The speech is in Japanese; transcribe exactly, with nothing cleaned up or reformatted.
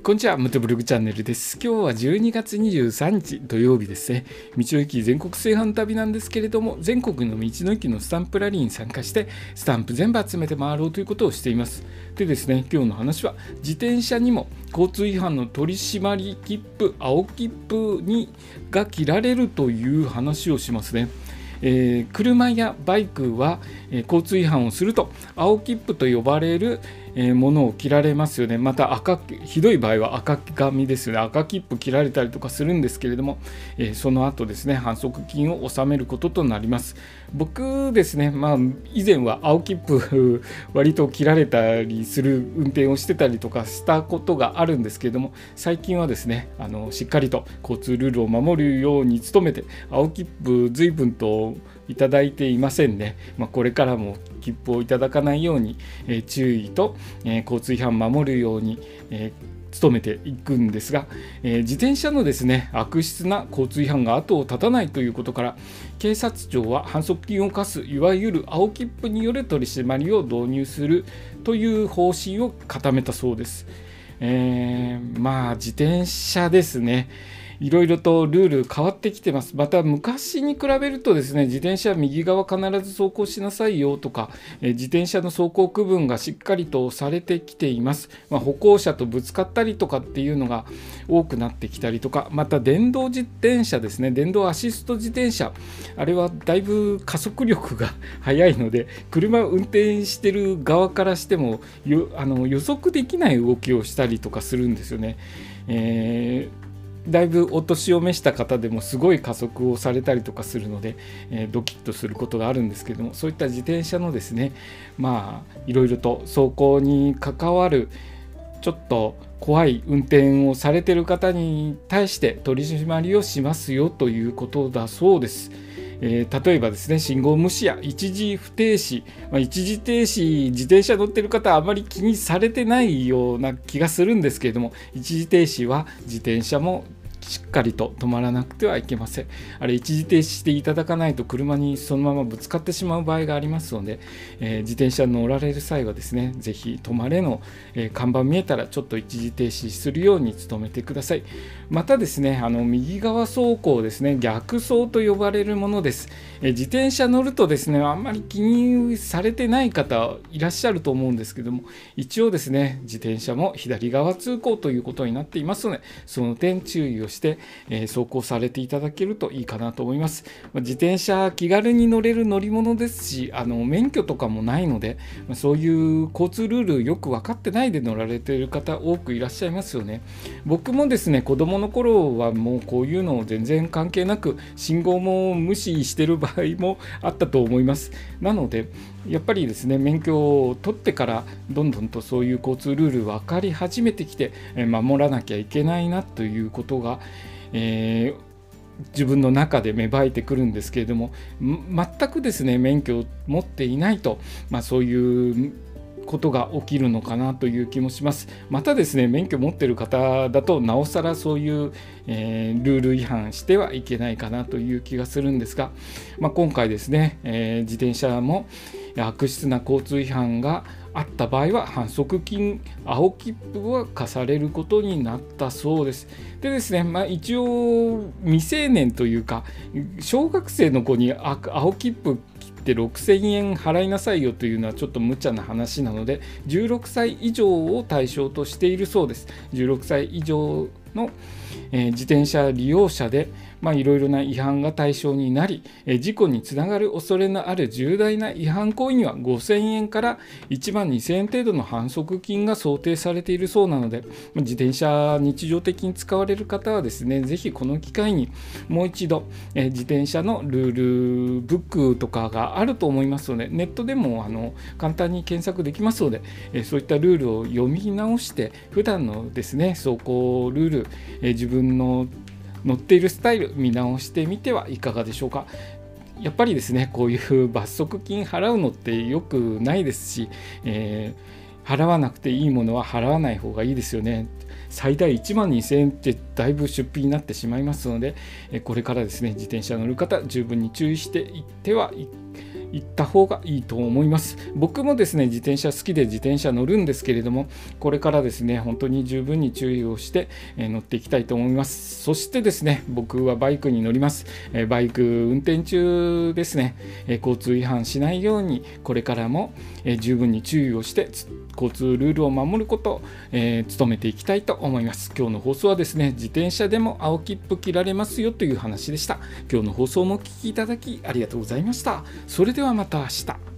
こんにちは、ムトブログチャンネルです。今日はじゅうにがつにじゅうさんにち土曜日ですね。道の駅全国制覇旅なんですけれども、全国の道の駅のスタンプラリーに参加して、スタンプ全部集めて回ろうということをしています。でですね、今日の話は、自転車にも交通違反の取り締まり切符、青切符にが切られるという話をしますね。えー、車やバイクは、えー、交通違反をすると青切符と呼ばれる、えー、ものを切られますよね。また赤ひどい場合は赤紙ですよね。赤切符切られたりとかするんですけれども、えー、その後ですね、反則金を納めることとなります。僕ですね、まあ、以前は青切符割と切られたりする運転をしてたりとかしたことがあるんですけれども、最近はですね、あのしっかりと交通ルールを守るように努めて、青切符随分といただいていませんね。まあ、これからも切符をいただかないように、えー、注意と、えー、交通違反を守るように、えー、努めていくんですが、えー、自転車のですね、悪質な交通違反が後を絶たないということから、警察庁は反則金を課すいわゆる青切符による取り締まりを導入するという方針を固めたそうです。えー、まあ自転車ですね。いろいろとルール変わってきてます。また昔に比べるとですね、自転車右側必ず走行しなさいよとか、え自転車の走行区分がしっかりとされてきています。まあ、歩行者とぶつかったりとかっていうのが多くなってきたりとか、また電動自転車ですね、電動アシスト自転車、あれはだいぶ加速力が速いので、車を運転してる側からしてもよあの予測できない動きをしたりとかするんですよね。えーだいぶお年を召した方でもすごい加速をされたりとかするので、えー、ドキッとすることがあるんですけども、そういった自転車のですね、まあいろいろと走行に関わるちょっと怖い運転をされている方に対して取り締まりをしますよということだそうです。えー、例えばですね、信号無視や一時不停止、まあ、一時停止、自転車乗ってる方はあまり気にされてないような気がするんですけれども、一時停止は自転車もしっかりと止まらなくてはいけません。あれ一時停止していただかないと車にそのままぶつかってしまう場合がありますので、えー、自転車に乗られる際はですね、ぜひ止まれの、えー、看板見えたらちょっと一時停止するように努めてください。またですね、あの右側走行ですね、逆走と呼ばれるものです。えー、自転車乗るとですね、あんまり気にされてない方いらっしゃると思うんですけども、一応ですね、自転車も左側通行ということになっていますので、その点注意をしてして、えー、走行されていただけるといいかなと思います。まあ、自転車気軽に乗れる乗り物ですし、あの免許とかもないので、まあ、そういう交通ルールよく分かってないで乗られている方多くいらっしゃいますよね。僕もですね、子供の頃はもうこういうの全然関係なく信号も無視してる場合もあったと思います。なのでやっぱりですね、免許を取ってからどんどんとそういう交通ルール分かり始めてきて、守らなきゃいけないなということが、えー、自分の中で芽生えてくるんですけれども、全くですね、免許を持っていないと、まあ、そういうことが起きるのかなという気もします。またですね、免許持っている方だとなおさらそういう、えー、ルール違反してはいけないかなという気がするんですが、まあ、今回ですね、えー、自転車も悪質な交通違反があった場合は反則金、青切符は課されることになったそうです。でですね、まあ、一応未成年というか小学生の子に青切符切ってろくせんえん払いなさいよというのはちょっと無茶な話なので、じゅうろくさい以上を対象としているそうです。じゅうろくさい以上の、えー、自転車利用者でいろいろな違反が対象になり、えー、事故につながる恐れのある重大な違反行為にはごせんえんからいちまんにせんえん程度の反則金が想定されているそうなので、自転車日常的に使われる方はですね、ぜひこの機会にもう一度、えー、自転車のルールブックとかがあると思いますので、ネットでもあの簡単に検索できますので、えー、そういったルールを読み直して普段のですね、走行ルール、えー、自分の乗っているスタイル見直してみてはいかがでしょうか。やっぱりですね、こういう罰則金払うのって良くないですし、えー、払わなくていいものは払わない方がいいですよね。最大いちまんにせんえんってだいぶ出費になってしまいますので、これからですね、自転車乗る方十分に注意していってはい行った方がいいと思います。僕もですね自転車好きで自転車乗るんですけれども、これからですね本当に十分に注意をして乗っていきたいと思います。そしてですね僕はバイクに乗ります。バイク運転中ですね交通違反しないようにこれからも十分に注意をして交通ルールを守ることを、えー、努めていきたいと思います。今日の放送はですね自転車でも青切符切られますよという話でした。今日の放送もお聞きいただきありがとうございました。それではまた明日。